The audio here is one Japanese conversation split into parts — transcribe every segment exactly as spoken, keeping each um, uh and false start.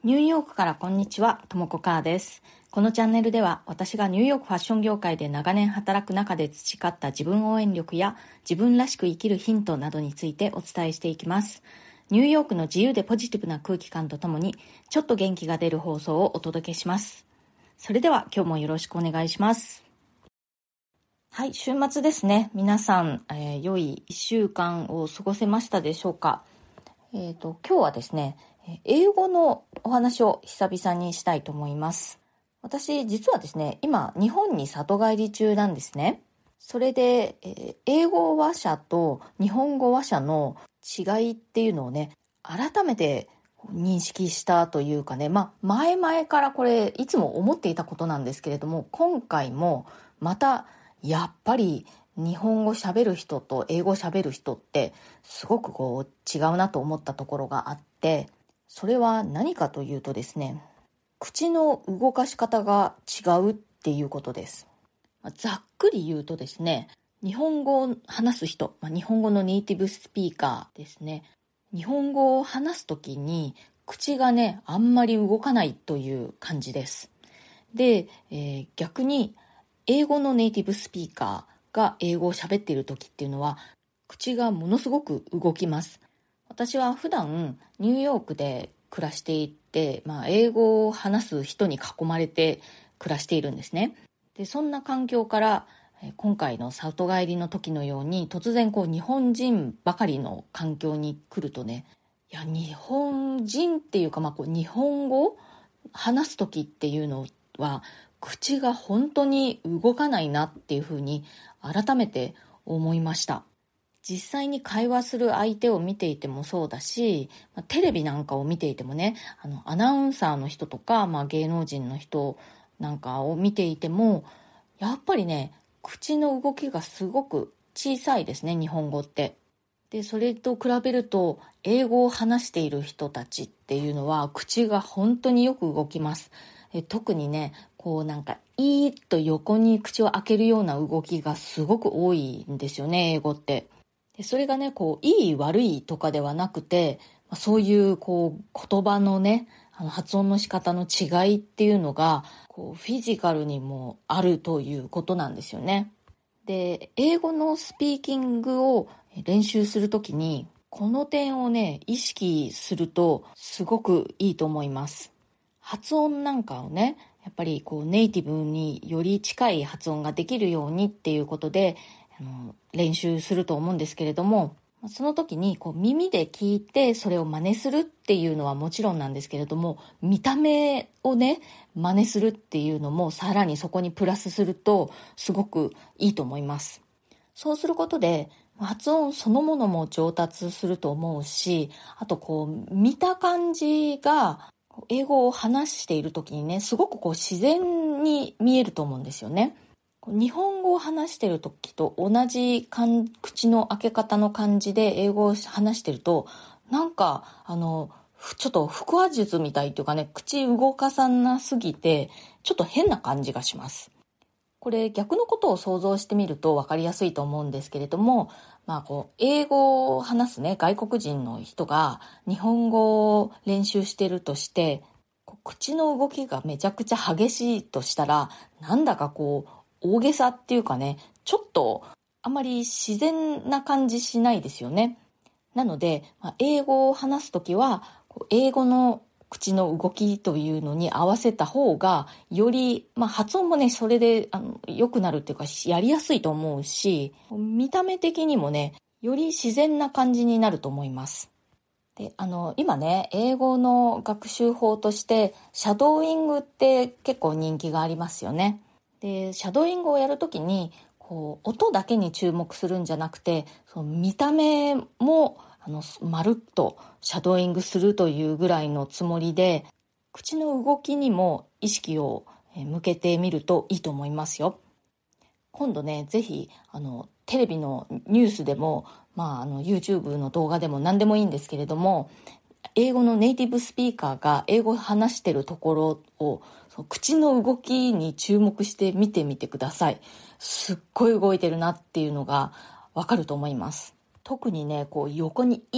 ニューヨークからこんにちは、ともこかーです。このチャンネルでは私がニューヨークファッション業界で長年働く中で培った自分応援力や自分らしく生きるヒントなどについてお伝えしていきます。ニューヨークの自由でポジティブな空気感とともにちょっと元気が出る放送をお届けします。それでは今日もよろしくお願いします。はい、週末ですね。皆さん、えー、良いいっしゅうかんを過ごせましたでしょうか。えーと、今日はですね、英語のお話を久々にしたいと思います。私、実はですね、今、日本に里帰り中なんですね。それで、えー英語話者と日本語話者の違いっていうのをね、改めて認識したというかね、まあ、前々からこれ、いつも思っていたことなんですけれども、今回もまた、やっぱり日本語喋る人と英語喋る人ってすごくこう違うなと思ったところがあって、それは何かというとですね、口の動かし方が違うっていうことです。ざっくり言うとですね、日本語を話す人、日本語のネイティブスピーカーですね、日本語を話すときに口がね、あんまり動かないという感じです。で、えー逆に英語のネイティブスピーカーが英語を喋っている時っていうのは口がものすごく動きます。私は普段ニューヨークで暮らしていて、まあ、英語を話す人に囲まれて暮らしているんですね。で、そんな環境からえー今回の里帰りの時のように突然こう日本人ばかりの環境に来るとね、いや日本人っていうか、まあ、こう日本語を話す時っていうのは口が本当に動かないなっていうふうに改めて思いました。実際に会話する相手を見ていてもそうだし、まあテレビなんかを見ていてもね、あのアナウンサーの人とか、まあ、芸能人の人なんかを見ていても、やっぱりね、口の動きがすごく小さいですね、日本語って。で、それと比べると、英語を話している人たちっていうのは、口が本当によく動きます。え特にね、こうなんか、いーっと横に口を開けるような動きがすごく多いんですよね、英語って。でそれがね、こう、いい悪いとかではなくて、まあそういうこう、言葉のね、あの発音の仕方の違いっていうのが、こう、フィジカルにもあるということなんですよね。で、英語のスピーキングを練習するときに、この点をね、意識するとすごくいいと思います。発音なんかをね、やっぱりこうネイティブにより近い発音ができるようにっていうことで、あの練習すると思うんですけれども、その時にこう耳で聞いてそれを真似するっていうのはもちろんなんですけれども、見た目をね真似するっていうのもさらにそこにプラスするとすごくいいと思います。そうすることで発音そのものも上達すると思うし、あとこう見た感じが英語を話している時にね、すごくこう自然に見えると思うんですよね。日本語を話してる時と同じ口の開け方の感じで英語を話してると、なんかあのちょっと腹話術みたいというかね、口動かさなすぎてちょっと変な感じがします。これ逆のことを想像してみると分かりやすいと思うんですけれども、まあこう英語を話すね外国人の人が日本語を練習してるとして、口の動きがめちゃくちゃ激しいとしたら、なんだかこう大げさっていうかね、ちょっとあまり自然な感じしないですよね。なので、まあ英語を話すときは、こう英語の口の動きというのに合わせた方が、より、まあ発音もね、それであの良くなるっていうか、やりやすいと思うし、見た目的にもね、より自然な感じになると思います。で、あの、今ね、英語の学習法として、シャドーイングって結構人気がありますよね。で、シャドーイングをやるときに、こう、音だけに注目するんじゃなくて、その見た目も、あの、まるっとシャドーイングするというぐらいのつもりで、口の動きにも意識を向けてみるといいと思いますよ。今度ね、ぜひ、あの、テレビのニュースでも、まあ、あの、YouTube の動画でも何でもいいんですけれども、英語のネイティブスピーカーが英語を話してるところを、口の動きに注目して見てみてください。すっごい動いてるなっていうのがわかると思います。特にね、こう横にいーっ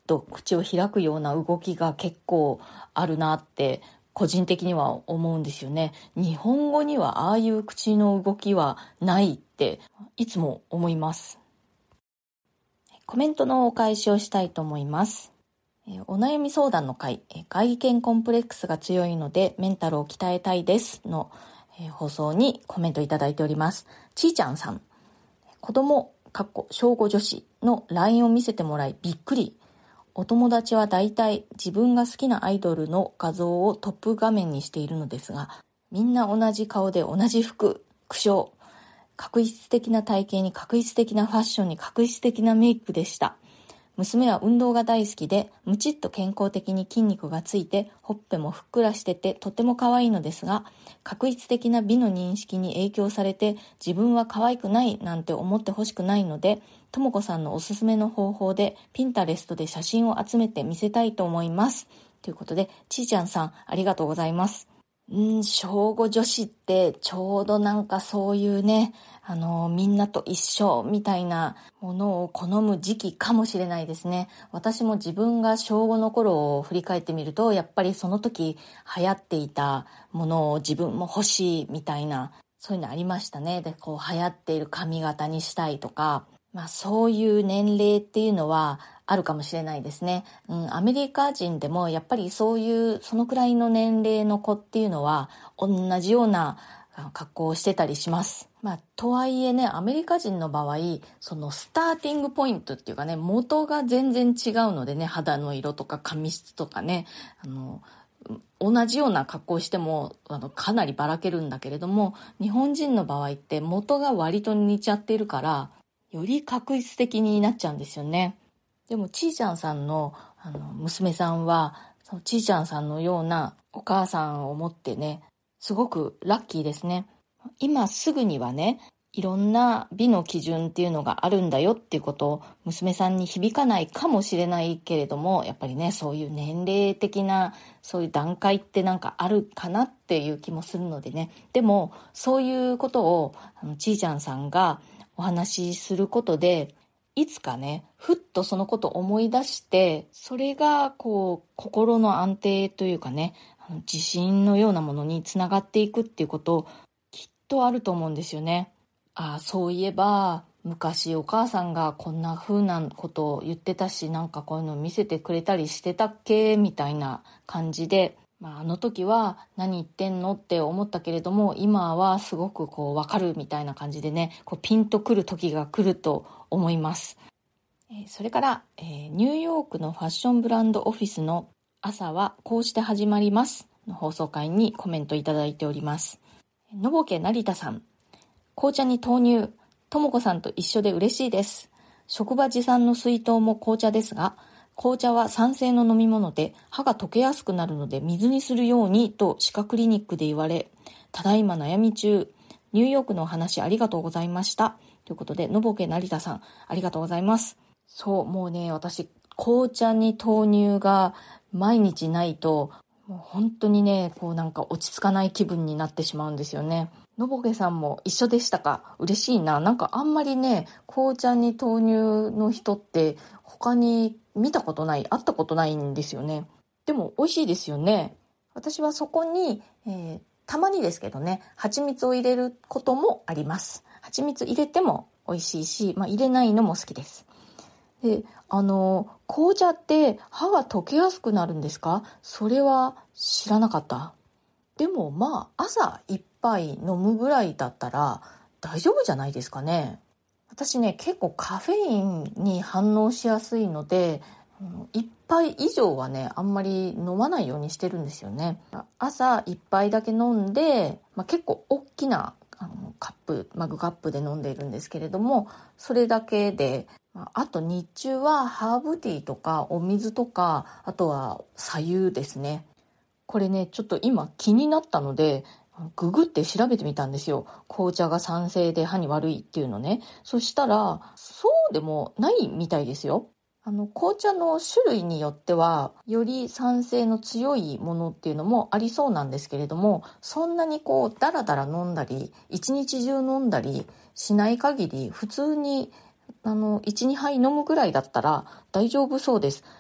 と口を開くような動きが結構あるなって個人的には思うんですよね。日本語にはああいう口の動きはないっていつも思います。コメントのお返しをしたいと思います。お悩み相談の回、外見コンプレックスが強いのでメンタルを鍛えたいですの放送にコメントいただいております。ちーちゃんさん、子供かっこ小ご女子の ライン を見せてもらいびっくり。お友達は大体自分が好きなアイドルの画像をトップ画面にしているのですが、みんな同じ顔で同じ服、苦笑。確一的な体型に確一的なファッションに確一的なメイクでした。娘は運動が大好きで、むちっと健康的に筋肉がついて、ほっぺもふっくらしててとても可愛いのですが、確一的な美の認識に影響されて、自分は可愛くないなんて思ってほしくないので、ともこさんのおすすめの方法で、ピンタレストで写真を集めて見せたいと思います。ということで、ちーちゃんさん、ありがとうございます。うん、小ご女子ってちょうどなんかそういうね、あのみんなと一緒みたいなものを好む時期かもしれないですね。私も自分が小ごの頃を振り返ってみると、やっぱりその時流行っていたものを自分も欲しいみたいな、そういうのありましたね。で、こう流行っている髪型にしたいとか、まあそういう年齢っていうのはあるかもしれないですね。うん、アメリカ人でもやっぱりそういうそのくらいの年齢の子っていうのは同じような格好をしてたりします。まあとはいえね、アメリカ人の場合、そのスターティングポイントっていうかね、元が全然違うのでね、肌の色とか髪質とかね、あの同じような格好をしてもあのかなりばらけるんだけれども、日本人の場合って元が割と似ちゃっているから、より確一的になっちゃうんですよね。でもちーちゃんさんの、あの娘さんはそのちーちゃんさんのようなお母さんを持ってね、すごくラッキーですね。今すぐにはね、いろんな美の基準っていうのがあるんだよっていうことを娘さんに響かないかもしれないけれども、やっぱりね、そういう年齢的なそういう段階ってなんかあるかなっていう気もするのでね。でもそういうことをあのちーちゃんさんがお話しすることで、いつかね、ふっとそのことを思い出して、それがこう心の安定というかね、あの自信のようなものにつながっていくっていうこときっとあると思うんですよね。ああ、そういえば昔お母さんがこんな風なことを言ってたし、なんかこういうのを見せてくれたりしてたっけみたいな感じで、まあ、あの時は何言ってんのって思ったけれども、今はすごくこう分かるみたいな感じでね、こうピンとくる時が来ると思います。えー、それから、えー、ニューヨークのファッションブランドオフィスの朝はこうして始まりますの放送回にコメントいただいております。のぼけ成田さん、紅茶に豆乳、ともこさんと一緒で嬉しいです。職場持参の水筒も紅茶ですが、紅茶は酸性の飲み物で歯が溶けやすくなるので水にするようにと歯科クリニックで言われ、ただいま悩み中。ニューヨークのお話ありがとうございました。ということで、のぼけ成田さん、ありがとうございます。そう、もうね、私、紅茶に豆乳が毎日ないと、もう本当にね、こうなんか落ち着かない気分になってしまうんですよね。のぼけさんも一緒でしたか？嬉しいな。なんかあんまりね、紅茶に豆乳の人って他に見たことない、会ったことないんですよね。でも美味しいですよね。私はそこに、えー、たまにですけどね、蜂蜜を入れることもあります。蜂蜜入れても美味しいし、まあ、入れないのも好きです。で、あの、紅茶って歯が溶けやすくなるんですか？それは知らなかった。でもまあ朝一杯飲むぐらいだったら大丈夫じゃないですかね。私ね、結構カフェインに反応しやすいので、一杯以上はね、あんまり飲まないようにしてるんですよね。朝一杯だけ飲んで、まあ、結構大きなあのカップ、マグカップで飲んでいるんですけれども、それだけで、あと日中はハーブティーとかお水とか、あとは白湯ですね。これね、ちょっと今気になったので、ググって調べてみたんですよ。紅茶が酸性で歯に悪いっていうのね。そしたら、そうでもないみたいですよ。あの、紅茶の種類によっては、より酸性の強いものっていうのもありそうなんですけれども、そんなにこう、だらだら飲んだり、一日中飲んだりしない限り、普通に、あの、いち、にはい飲むぐらいだったら大丈夫そうです。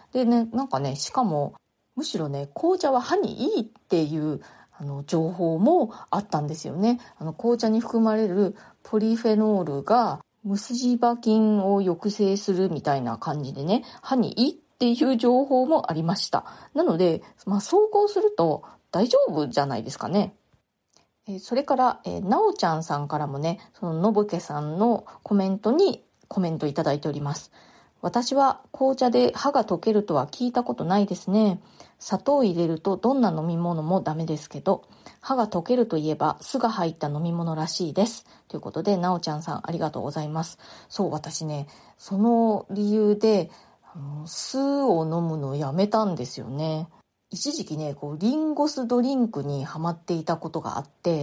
でね、なんかね、しかもむしろね、紅茶は歯にいいっていうあの情報もあったんですよね。あの紅茶に含まれるポリフェノールが虫歯菌を抑制するみたいな感じでね、歯にいいっていう情報もありました。なので、まあ、総合すると大丈夫じゃないですかね。えーそれから、えーなおちゃんさんからもね、そののぶけさんのコメントにコメントいただいております。私は紅茶で歯が溶けるとは聞いたことないですね。砂糖を入れるとどんな飲み物もダメですけど、歯が溶けるといえば酢が入った飲み物らしいです。ということで、なおちゃんさんありがとうございます。そう、私ね、その理由で、あの酢を飲むのをやめたんですよね。一時期ね、こうリンゴ酢ドリンクにハマっていたことがあって、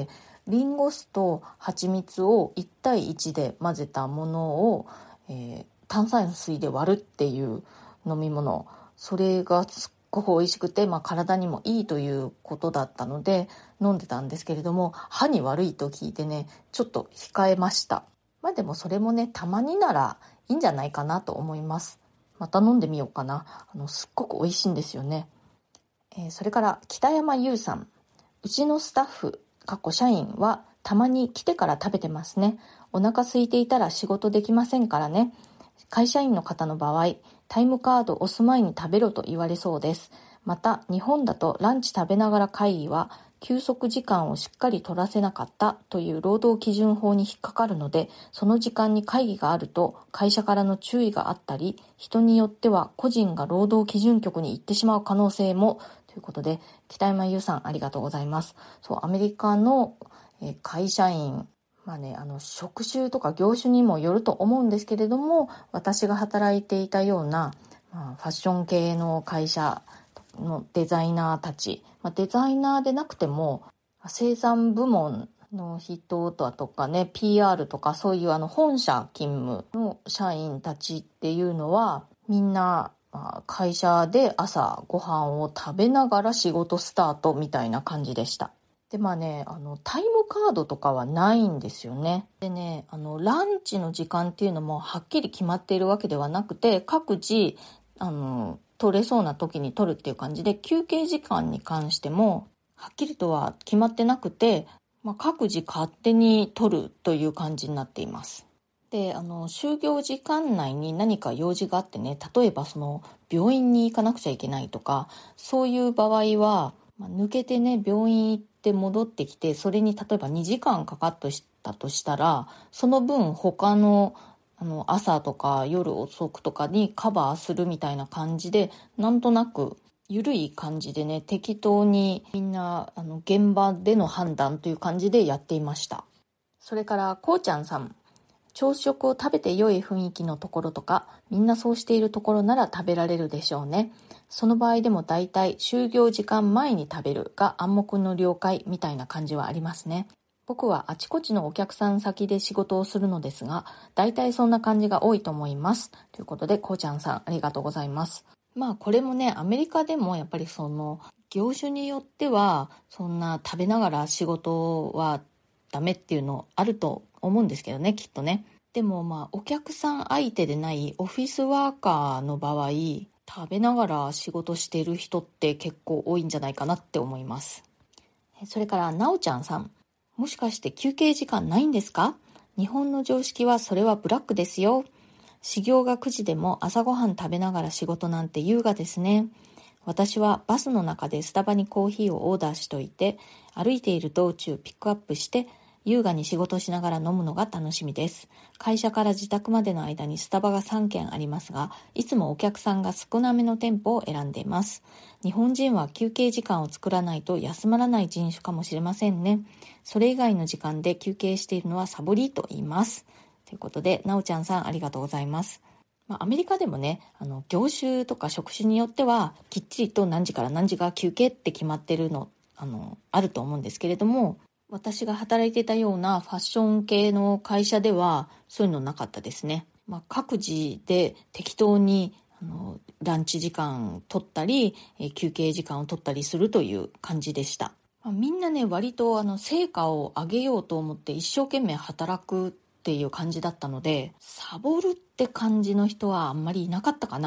リンゴ酢と蜂蜜をいち対いちで混ぜたものを、えー炭酸水で割るっていう飲み物、それがすっごく美味しくて、まあ、体にもいいということだったので飲んでたんですけれども、歯に悪いと聞いてね、ちょっと控えました。まあでもそれもね、たまにならいいんじゃないかなと思います。また飲んでみようかな。あのすっごく美味しいんですよね。えーそれから北山優さん、うちのスタッフかっこ社員はたまに来てから食べてますね。お腹空いていたら仕事できませんからね。会社員の方の場合、タイムカードを押す前に食べろと言われそうです。また、日本だとランチ食べながら会議は休息時間をしっかり取らせなかったという労働基準法に引っかかるので、その時間に会議があると会社からの注意があったり、人によっては個人が労働基準局に行ってしまう可能性もということで、北山優さんありがとうございます。そう、アメリカのえー会社員、まあね、あの職種とか業種にもよると思うんですけれども、私が働いていたような、まあ、ファッション系の会社のデザイナーたち、まあ、デザイナーでなくても生産部門の人とかね、 ピーアール とかそういうあの本社勤務の社員たちっていうのはみんな、まあ会社で朝ご飯を食べながら仕事スタートみたいな感じでした。で、まあね、あのタイムカードとかはないんですよね。でね、あのランチの時間っていうのもはっきり決まっているわけではなくて、各自あの取れそうな時に取るっていう感じで、休憩時間に関してもはっきりとは決まってなくて、まあ、各自勝手に取るという感じになっています。で、あの就業時間内に何か用事があってね、例えばその病院に行かなくちゃいけないとか、そういう場合は、まあ、抜けてね病院行って戻ってきて、それに例えばにじかんかかったとしたら、その分他のあの朝とか夜遅くとかにカバーするみたいな感じで、なんとなく緩い感じでね、適当にみんなあの現場での判断という感じでやっていました。それからこうちゃんさん、朝食を食べて良い雰囲気のところとか、みんなそうしているところなら食べられるでしょうね。その場合でも大体就業時間前に食べるが暗黙の了解みたいな感じはありますね。僕はあちこちのお客さん先で仕事をするのですが、大体そんな感じが多いと思います。ということで、こうちゃんさんありがとうございます。まあこれもね、アメリカでもやっぱりその業種によっては、そんな食べながら仕事はダメっていうのあると思うんですけどね、きっとね。でもまあお客さん相手でないオフィスワーカーの場合、食べながら仕事している人って結構多いんじゃないかなって思います。それからなおちゃんさん、もしかして休憩時間ないんですか？日本の常識はそれはブラックですよ。始業がくじでも朝ごはん食べながら仕事なんて優雅ですね。私はバスの中でスタバにコーヒーをオーダーしといて、歩いている道中ピックアップして優雅に仕事しながら飲むのが楽しみです。会社から自宅までの間にスタバがさんけんありますが、いつもお客さんが少なめの店舗を選んでいます。日本人は休憩時間を作らないと休まらない人種かもしれませんね。それ以外の時間で休憩しているのはサボりと言います。ということで、なおちゃんさんありがとうございます。まあ、アメリカでもね、あの業種とか職種によってはきっちりと何時から何時が休憩って決まってるの、あのあると思うんですけれども、私が働いていたようなファッション系の会社ではそういうのなかったですね。まあ、各自で適当にあのランチ時間取ったり、え休憩時間を取ったりするという感じでした。まあ、みんなね割とあの成果を上げようと思って一生懸命働くっていう感じだったので、サボるって感じの人はあんまりいなかったかな。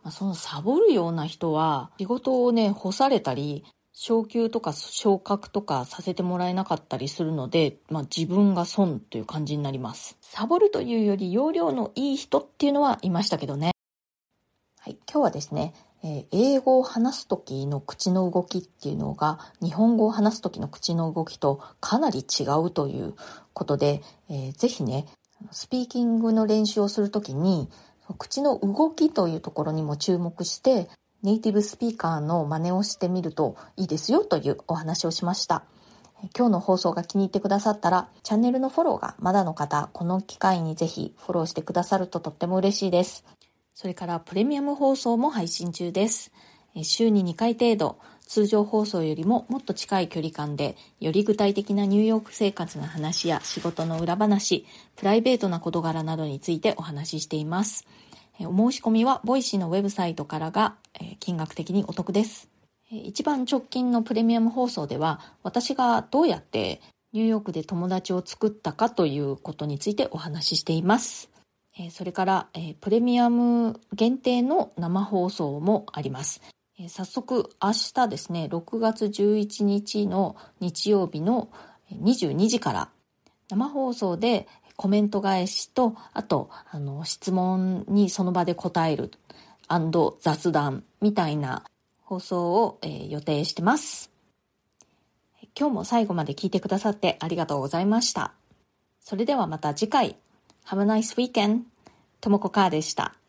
まあ、そのサボるような人は仕事をね干されたり昇給とか昇格とかさせてもらえなかったりするので、まあ、自分が損という感じになります。サボるというより要領のいい人っていうのはいましたけどね。はい、今日はですね、えー、英語を話す時の口の動きっていうのが日本語を話す時の口の動きとかなり違うということで、えー、ぜひねスピーキングの練習をするときに口の動きというところにも注目してネイティブスピーカーの真似をしてみるといいですよというお話をしました。今日の放送が気に入ってくださったらチャンネルのフォローがまだの方、この機会にぜひフォローしてくださるととっても嬉しいです。それからプレミアム放送も配信中です。週ににかい程度、通常放送よりももっと近い距離感でより具体的なニューヨーク生活の話や仕事の裏話、プライベートな事柄などについてお話ししています。お申し込みはボイシーのウェブサイトからが金額的にお得です。一番直近のプレミアム放送では私がどうやってニューヨークで友達を作ったかということについてお話ししています。それからプレミアム限定の生放送もあります。早速明日ですね、ろくがつじゅういちにちの日曜日のにじゅうにじから生放送でコメント返しと、あとあの質問にその場で答える&雑談みたいな放送を、えー、予定してます。今日も最後まで聞いてくださってありがとうございました。それではまた次回。Have a nice weekend. ともこかーでした。